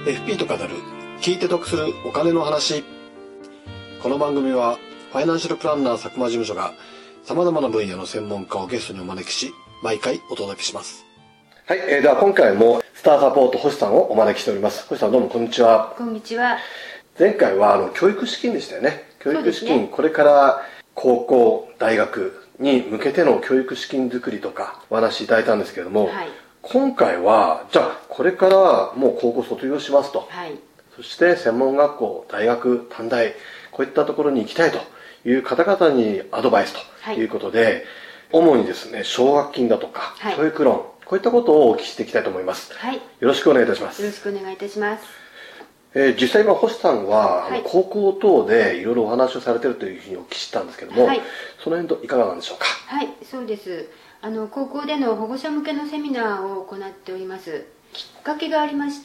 FP と語る聞いて得するお金の話。この番組はファイナンシャルプランナー佐久間事務所が様々な分野の専門家をゲストにお招きし、毎回お届けします。はい、では今回もスターサポート星さんをお招きしております。星さん、どうもこんにちは。 こんにちは。 前回は教育資金でしたよね。教育資金、これから高校大学に向けての教育資金作りとかお話しいただいたんですけれども、はい、今回はじゃあこれからもう高校卒業しますと、はい、そして専門学校、大学、短大、こういったところに行きたいという方々にアドバイスということで、はい、主にですね、奨学金だとか、はい、教育ローン、こういったことをお聞きしていきたいと思います。はい、よろしくお願いいたします。 よろしくお願いいたします。 実際今星さんは、はい、高校等でいろいろお話をされているというふうにお聞きしたんですけども、はい、その辺といかがなんでしょうか。 はい、そうです。高校での保護者向けのセミナーを行っております。きっかけがありまして、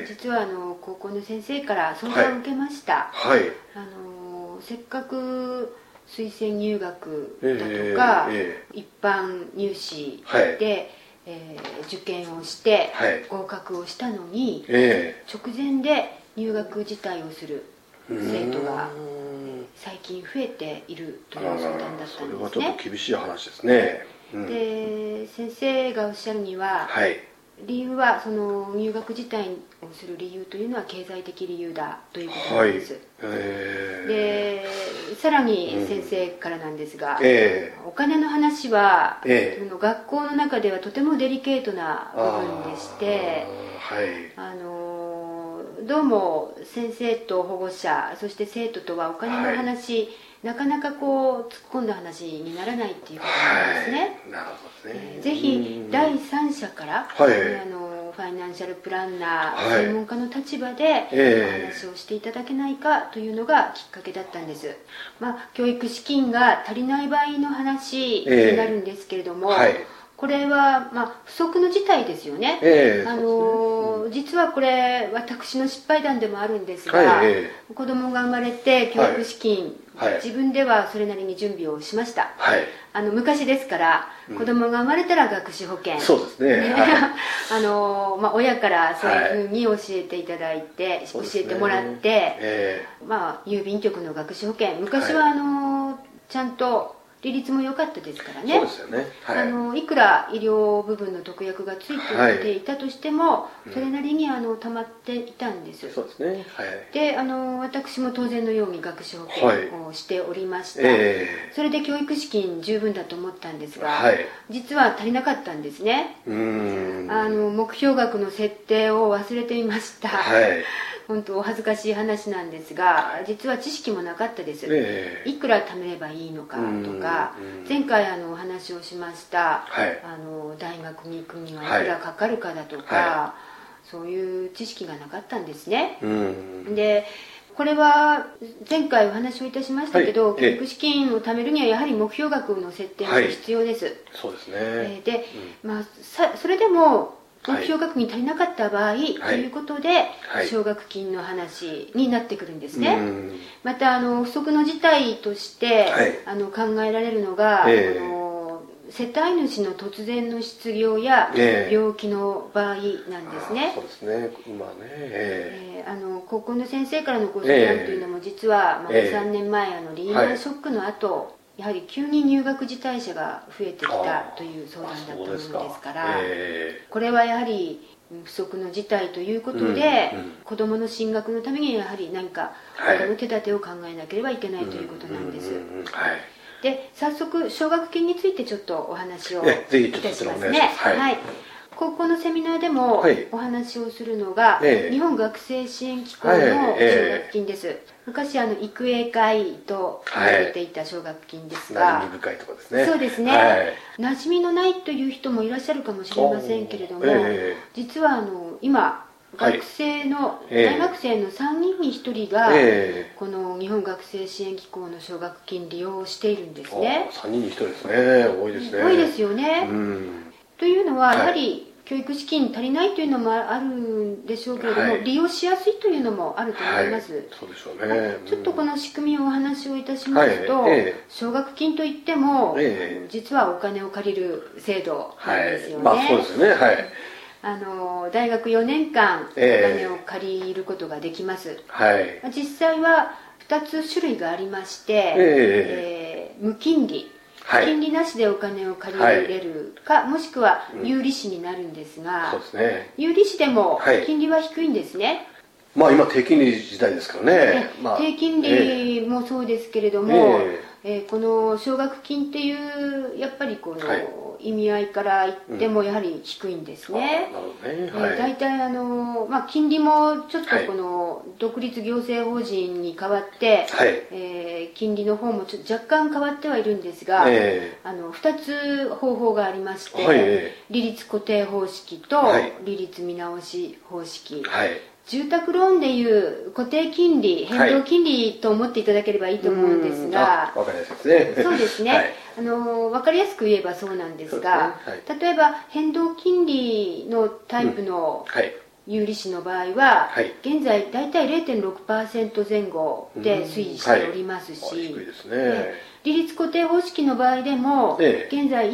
実は高校の先生から相談を受けました。はい、せっかく推薦入学だとか、一般入試で、受験をして合格をしたのに、直前で入学辞退をする生徒が最近増えているという相談だったんですね。 それはちょっと厳しい話ですね。 で、先生がおっしゃるには、理由はその入学辞退をする理由というのは経済的理由だということなんです。で、さらに先生からなんですが、お金の話は、学校の中ではとてもデリケートな部分でして、どうも先生と保護者、そして生徒とはお金の話、なかなかこう突っ込んだ話にならないっていうことなんですね。 なるほどね。 ぜひ第三者から、ファイナンシャルプランナー、専門家の立場でお話をしていただけないかというのがきっかけだったんです。教育資金が足りない場合の話になるんですけれども、これは、不測の事態ですよね。実はこれ私の失敗談でもあるんですが、子供が生まれて教育資金、自分ではそれなりに準備をしました。昔ですから、子供が生まれたら学資保険、 そうですね。 親からそういうふうに教えていただいて、教えてもらって、郵便局の学資保険、昔はちゃんと利率も良かったですからね。 そうですよね。 いくら医療部分の特約がついていたとしても、それなりに貯まっていたんです。 そうですね。 で、私も当然のように学資保険をしておりました。それで教育資金十分だと思ったんですが、実は足りなかったんですね。目標額の設定を忘れていました。本当お恥ずかしい話なんですが、実は知識もなかったです。いくら貯めればいいのかとか、前回お話をしました、大学に行くにはいくらかかるかだとか、そういう知識がなかったんですね。で、これは前回お話をいたしましたけど、教育資金を貯めるにはやはり目標額の設定が必要です。 そうですね。 で、それでも目標額に足りなかった場合、ということで、奨学金の話になってくるんですね。また不測の事態として、考えられるのが、世帯主の突然の失業や病気の場合なんですね。 そうですね。今ね。 高校の先生からのご相談というのも実は、3年前リーマンショックの後、やはり急に入学辞退者が増えてきたという相談だったものですから、これはやはり不測の事態ということで、子どもの進学のためにやはり何か他の手立てを考えなければいけないということなんです。で、早速奨学金についてちょっとお話をいたしますね。高校のセミナーでもお話をするのが、日本学生支援機構の奨学金です。昔育英会と言われていた奨学金ですが、 馴染み深いところですね。 そうですね。馴染みのないという人もいらっしゃるかもしれませんけれども、実は今大学生の3人に1人が、この日本学生支援機構の奨学金利用しているんですね。 3人に1人ですね。多いですね。 多いですよね。というのは、やはり教育資金足りないというのもあるんでしょうけれども、利用しやすいというのもあると思います。 そうでしょうね。 ちょっとこの仕組みをお話をいたしますと、奨学金といっても、実はお金を借りる制度なんですよね。 そうですよね。 大学4年間お金を借りることができます、実際は2つ種類がありまして、無金利、金利なしでお金を借りれるか、もしくは有利子になるんですが、有利子でも金利は低いんですね。 今低金利時代ですからね。 低金利もそうですけれども、この奨学金っていうやっぱりこの意味合いから言ってもやはり低いんですね。大体金利もちょっとこの独立行政法人に代わって、金利の方も若干変わってはいるんですが、2つ方法がありまして、利率固定方式と利率見直し方式、住宅ローンでいう固定金利、変動金利と思っていただければいいと思うんですが、 分かりやすいですね。 そうですね、分かりやすく言えばそうなんですが、例えば変動金利のタイプの有利子の場合は、現在大体 0.6% 前後で推移しておりますし、 低いですね。 利率固定方式の場合でも、現在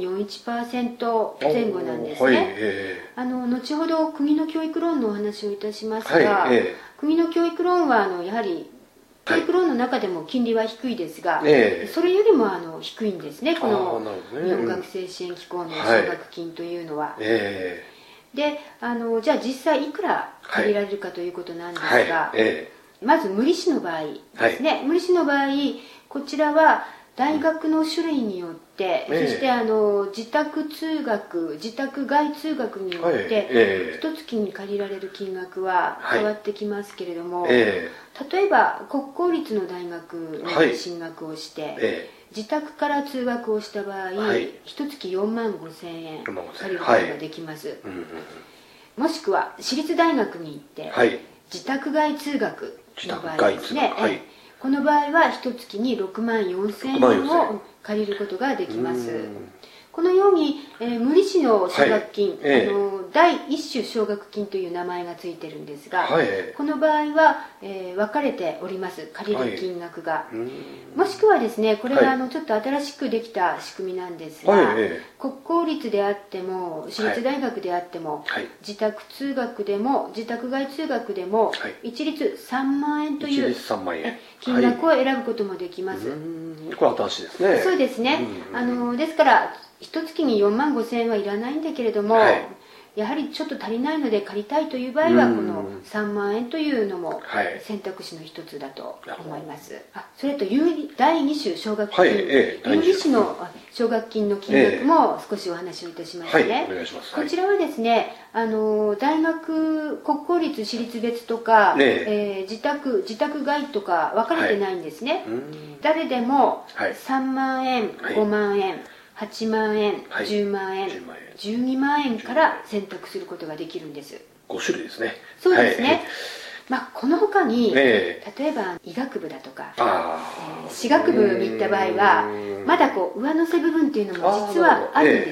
1.41% 前後なんですね。後ほど国の教育ローンのお話をいたしますが、国の教育ローンはやはり教育ローンの中でも金利は低いですが、それよりも低いんですね、この日本学生支援機構の奨学金というのは。で、じゃあ実際いくら借りられるかということなんですが、まず無利子の場合ですね、無利子の場合、こちらは大学の種類によって、そして自宅通学、自宅外通学によって一月に借りられる金額は変わってきますけれども、例えば国公立の大学に進学をして、自宅から通学をした場合、一月4万5,000円借りることができます、もしくは私立大学に行って、自宅外通学の場合ですね、この場合は一月に6万4,000円を借りることができます。このように、無利子の奨学金、第一種奨学金という名前がついてるんですが、この場合は、分かれております、借りる金額が。もしくはですね、これはちょっと新しくできた仕組みなんですが、国公立であっても私立大学であっても、自宅通学でも自宅外通学でも、一律3万円という金額を選ぶこともできます。 これ新しいですね。 そうですね。ですから一月に4万5,000円はいらないんだけれども、やはりちょっと足りないので借りたいという場合は、この3万円というのも選択肢の一つだと思います。それと第2種奨学金、有利子の奨学金の金額も少しお話をいたしますね。こちらはですね、大学国公立私立別とか、自宅外とか分かれてないんですね。誰でも3万円、5万円、8万円、10万円、12万円から選択することができるんです。 5種類ですね。 そうですね。この他に、例えば医学部だとか、歯学部に行った場合は、まだ上乗せ部分っていうのも実はあるんです。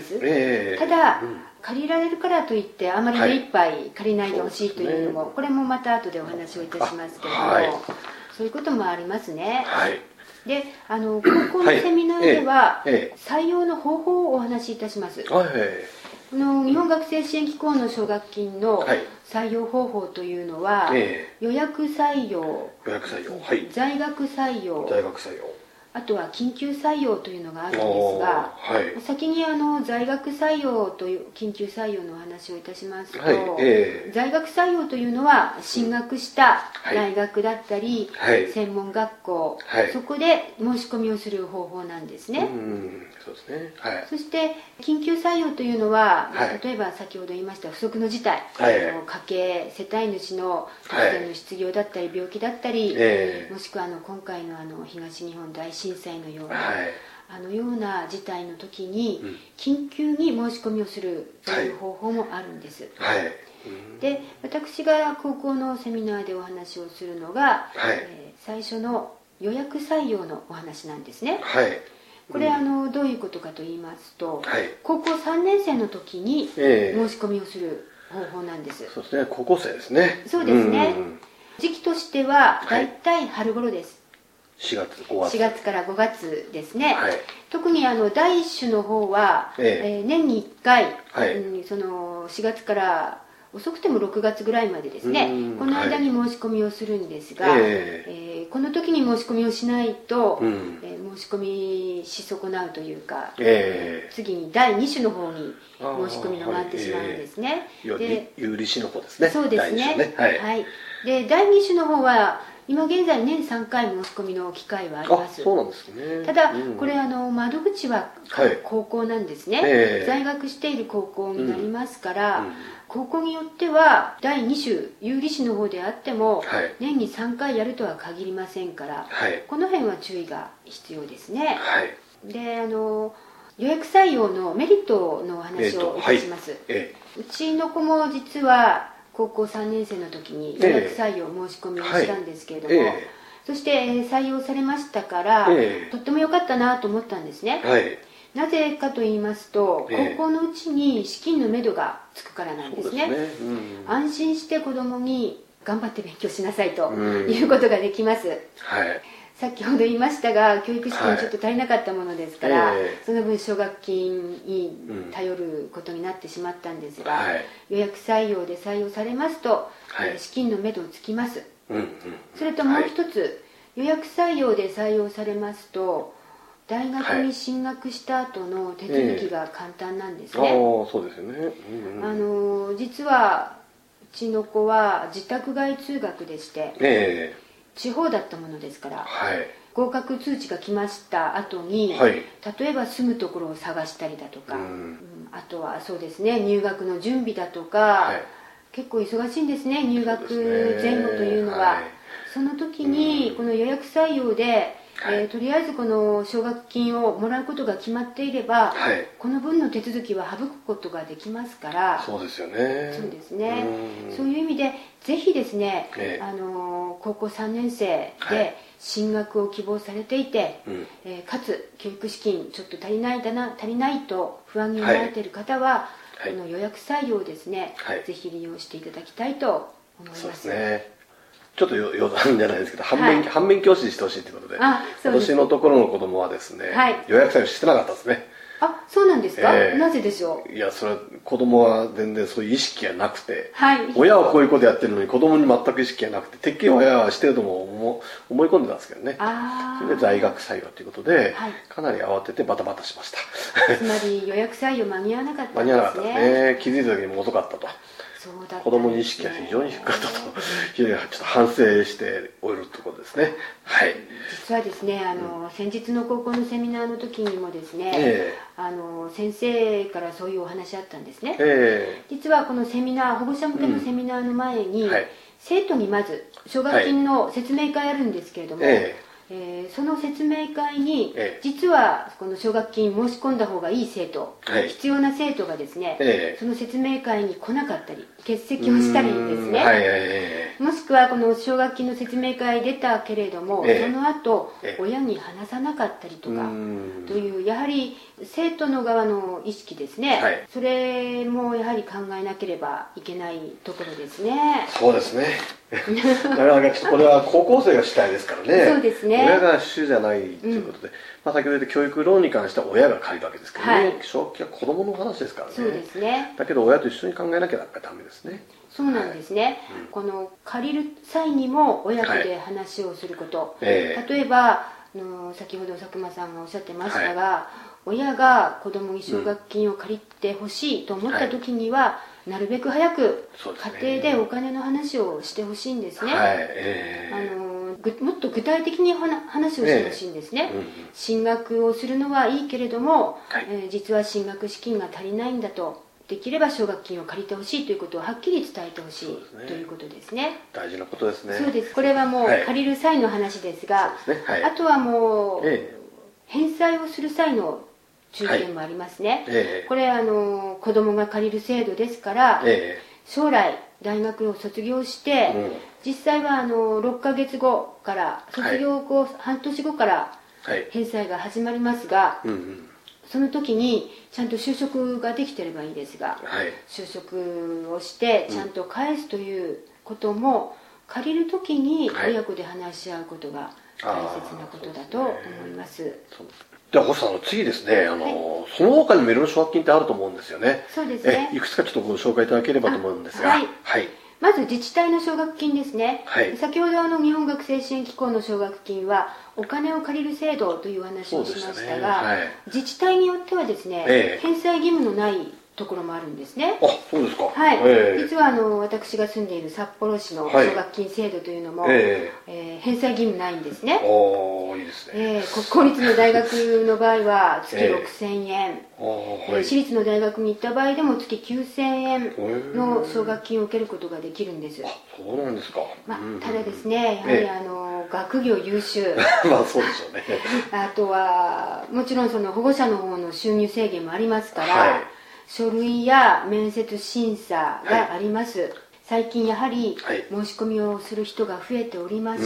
ただ、借りられるからといってあまり目いっぱい借りないでほしいというのも、これもまた後でお話をいたしますけれども、そういうこともありますね。で、高校のセミナーでは、採用の方法をお話しいたします。日本学生支援機構の奨学金の採用方法というのは、予約採用、在学採用、あとは緊急採用というのがあるんですが、先に在学採用という緊急採用のお話をいたしますと、在学採用というのは進学した大学だったり、専門学校、そこで申し込みをする方法なんですね。そして緊急採用というのは、例えば先ほど言いました不測の事態、家計世帯主の突然の失業だったり病気だったり、もしくは今回の東日本大震災のような、ような事態の時に緊急に申し込みをするという方法もあるんです。で、私が高校のセミナーでお話をするのが、最初の予約採用のお話なんですね。これどういうことかと言いますと、高校3年生の時に申し込みをする方法なんです。 そうですね、高校生ですね。 そうですね。時期としてはだいたい春頃です。 4月5月 4月から5月ですね、はい、特に第1種の方は、年に1回、はい、その4月から遅くても6月ぐらいまでですね、この間に申し込みをするんですが、この時に申し込みをしないと、申し込みし損なうというか、次に第2種の方に申し込みが回ってしまうんですね。 で有利子の方ですね。 そうですね。はい。で第2種の方は今現在年3回申し込みの機会はあります。 そうなんですね。 ただ、これ窓口は高校なんですね、在学している高校になりますから、高校によっては第2種有利子の方であっても、年に3回やるとは限りませんから、この辺は注意が必要ですね。で予約採用のメリットのお話をいたします。うちの子も実は高校3年生の時に予約採用申し込みをしたんですけれども、そして採用されましたから、とっても良かったなと思ったんですね。なぜかと言いますと、高校のうちに資金のめどがつくからなんですね。安心して子供に頑張って勉強しなさいということができます。先ほど言いましたが、教育資金ちょっと足りなかったものですから、その分奨学金に頼ることになってしまったんですが、予約採用で採用されますと、資金のめどつきます。それともう一つ、予約採用で採用されますと、大学に進学した後の手続きが簡単なんですね。 そうですよね。 実はうちの子は自宅外通学でして、地方だったものですから、合格通知が来ました後に、例えば住むところを探したりだとか、あとはそうですね、入学の準備だとか、結構忙しいんですね、入学前後というのは。その時にこの予約採用でとりあえずこの奨学金をもらうことが決まっていれば、この分の手続きは省くことができますから。 そうですよね。 そうですね。そういう意味でぜひですね、高校3年生で進学を希望されていて、かつ教育資金ちょっと足りないと不安に思われている方は、この予約採用をですね、ぜひ利用していただきたいと思います。 そうですね。ちょっと余談じゃないですけど、反面教師にしてほしいということで、私のところの子供はですね、予約採用してなかったですね。 そうなんですか。なぜでしょう。 いや、それは子供は全然そういう意識がなくて、親はこういうことやってるのに子供に全く意識がなくて、てっきり親はしてるとも思い込んでたんですけどね。それで在学採用ということで、かなり慌ててバタバタしました。 つまり予約採用間に合わなかったんですね。 間に合わなかったですね。気づいた時にも遅かったと。子供の意識が非常に低かったと、ちょっと反省しておるところですね。 実はですね、先日の高校のセミナーの時にもですね、先生からそういうお話あったんですね。実はこのセミナー、保護者向けのセミナーの前に、生徒にまず奨学金の説明会あるんですけれども、その説明会に、実はこの奨学金申し込んだ方がいい生徒、必要な生徒がですね、その説明会に来なかったり欠席をしたりですね、もしくはこの奨学金の説明会出たけれども、その後親に話さなかったりとかという、やはり生徒の側の意識ですね、それもやはり考えなければいけないところですね。 そうですね。なかなかちょっとこれは高校生が主体ですからね。 そうですね。 親が主じゃないということで、先ほど言った教育ローンに関しては親が借りるわけですけどね、奨学金は子供の話ですからね。 そうですね。 だけど親と一緒に考えなきゃダメですね。 そうなんですね。この借りる際にも親子で話をすること、例えば先ほど佐久間さんがおっしゃってましたが、親が子供に奨学金を借りてほしいと思った時には、なるべく早く家庭でお金の話をしてほしいんですね。もっと具体的に話をしてほしいんですね。進学をするのはいいけれども、実は進学資金が足りないんだと、できれば奨学金を借りてほしいということをはっきり伝えてほしいということですね。 大事なことですね。 そうです。これはもう借りる際の話ですが、あとはもう返済をする際の注意点もありますね。これ子供が借りる制度ですから、将来大学を卒業して、実際は6ヶ月後から卒業後、半年後から返済が始まりますが、その時にちゃんと就職ができてればいいですが、就職をしてちゃんと返すということも、借りる時に親子で話し合うことが大切なことだと思います。 では星さん、次ですね、その他にもいろいろ奨学金ってあると思うんですよね。 そうですね。 いくつかちょっとご紹介いただければと思うんですが。 はい。まず自治体の奨学金ですね。先ほど日本学生支援機構の奨学金はお金を借りる制度という話をしましたが、自治体によってはですね、返済義務のないところもあるんですね。 あ、そうですか。 はい。実は私が住んでいる札幌市の奨学金制度というのも、返済義務ないんですね。 おー、いいですね。 公立の大学の場合は月6000円、私立の大学に行った場合でも月9000円の奨学金を受けることができるんです。 あ、そうなんですか。 ただですね、やはり学業優秀まあそうでしょうね。 あとはもちろんその保護者の方の収入制限もありますから、書類や面接審査があります。最近やはり申し込みをする人が増えておりまして、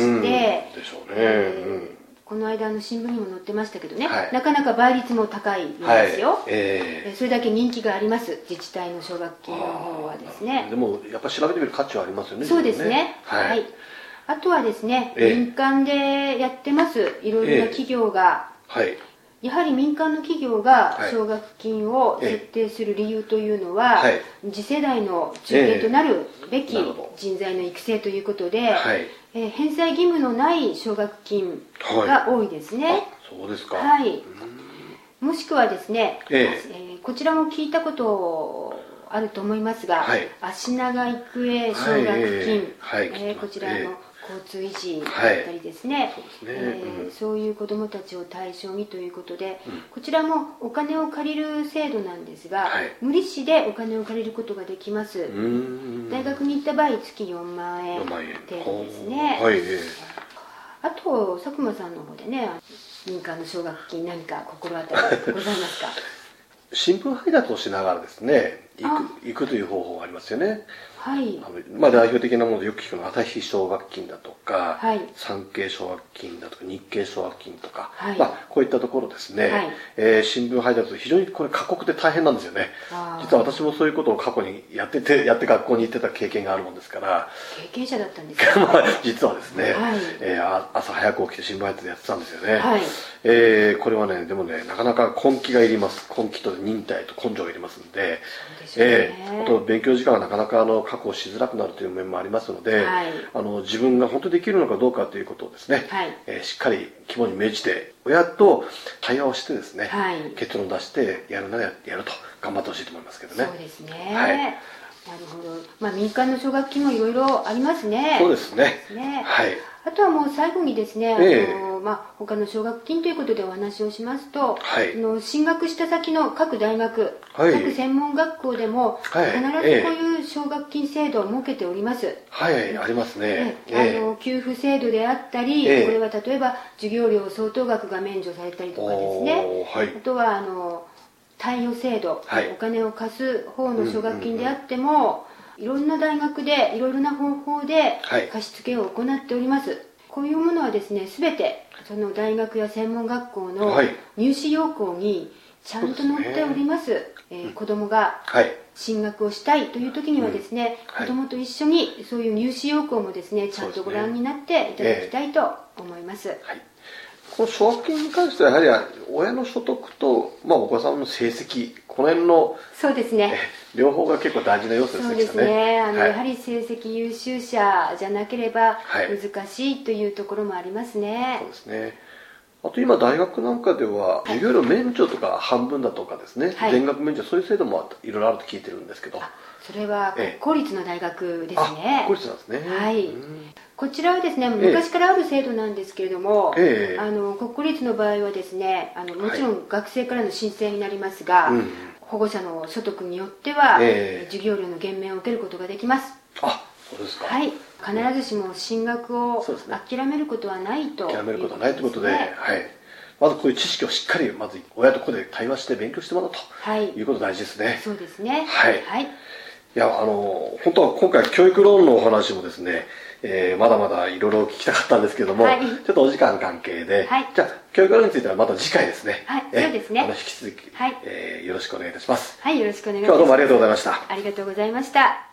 この間新聞にも載ってましたけどね、なかなか倍率も高いんですよ。それだけ人気があります、自治体の奨学金の方はですね。 でもやっぱり調べてみる価値はありますよね。 そうですね。はい。あとはですね、民間でやってますいろいろな企業が、やはり民間の企業が奨学金を設定する理由というのは、次世代の中堅となるべき人材の育成ということで、返済義務のない奨学金が多いですね。 そうですか。 はい。もしくはですね、こちらも聞いたことあると思いますが、足長育英奨学金、こちら交通維持だったりですね、そういう子どもたちを対象にということで、こちらもお金を借りる制度なんですが、無利子でお金を借りることができます。大学に行った場合月4万円程度ですね。あと佐久間さんの方でね、民間の奨学金何か心当たりございますか？ 新聞配達をしながらですね、行くという方法がありますよね。代表的なものでよく聞くのは朝日奨学金だとか、産経奨学金だとか日経奨学金とか、こういったところですね、新聞配達非常にこれ過酷で大変なんですよね。実は私もそういうことを過去にやって学校に行ってた経験があるもんですから。 経験者だったんですか？ 実はですね、朝早く起きて新聞配達やってたんですよね。これはね、でもね、なかなか根気がいります。根気と忍耐と根性がいりますので、あと勉強時間がなかなか確保しづらくなるという面もありますので、自分が本当にできるのかどうかということをですね、しっかり肝に銘じて親と対話をしてですね、結論を出してやるならやると頑張ってほしいと思いますけどね。 そうですね。なるほど。民間の奨学金もいろいろありますね。 そうですね。 あとはもう最後にですね、他の奨学金ということでお話をしますと、進学した先の各大学、各専門学校でも必ずこういう奨学金制度を設けております。 ありますね。 給付制度であったり、これは例えば授業料相当額が免除されたりとかですね、あとは貸与制度、お金を貸す方の奨学金であっても、いろんな大学でいろいろな方法で貸付を行っております。こういうものはですね、全てその大学や専門学校の入試要項にちゃんと載っております。子どもが進学をしたいという時にはですね、子どもと一緒にそういう入試要項もですね、ちゃんとご覧になっていただきたいと思います。 この奨学金に関してはやはり親の所得と、お子さんの成績、この辺のそうですね、 両方が結構大事な要素ですね。 そうですね。やはり成績優秀者じゃなければ難しいというところもありますね。 そうですね。あと今大学なんかでは授業料免除とか半分だとかですね、全額免除、そういう制度もいろいろあると聞いてるんですけど。 それは公立の大学ですね。 公立なんですね。 こちらはですね、昔からある制度なんですけれども、国立の場合はですね、もちろん学生からの申請になりますが、保護者の所得によっては、授業料の減免を受けることができます。 そうですか。 必ずしも進学を諦めることはないということですね。 諦めることはないということで、まずこういう知識をしっかりまず親と子で対話して勉強してもらうということ大事ですね。 そうですね。 いや、本当は今回教育ローンのお話もですね、まだまだいろいろ聞きたかったんですけども、ちょっとお時間関係で、じゃあ教育ローンについてはまた次回ですね。 そうですね。 引き続き、よろしくお願いいたします。 よろしくお願いします。 今日はどうもありがとうございました。 ありがとうございました。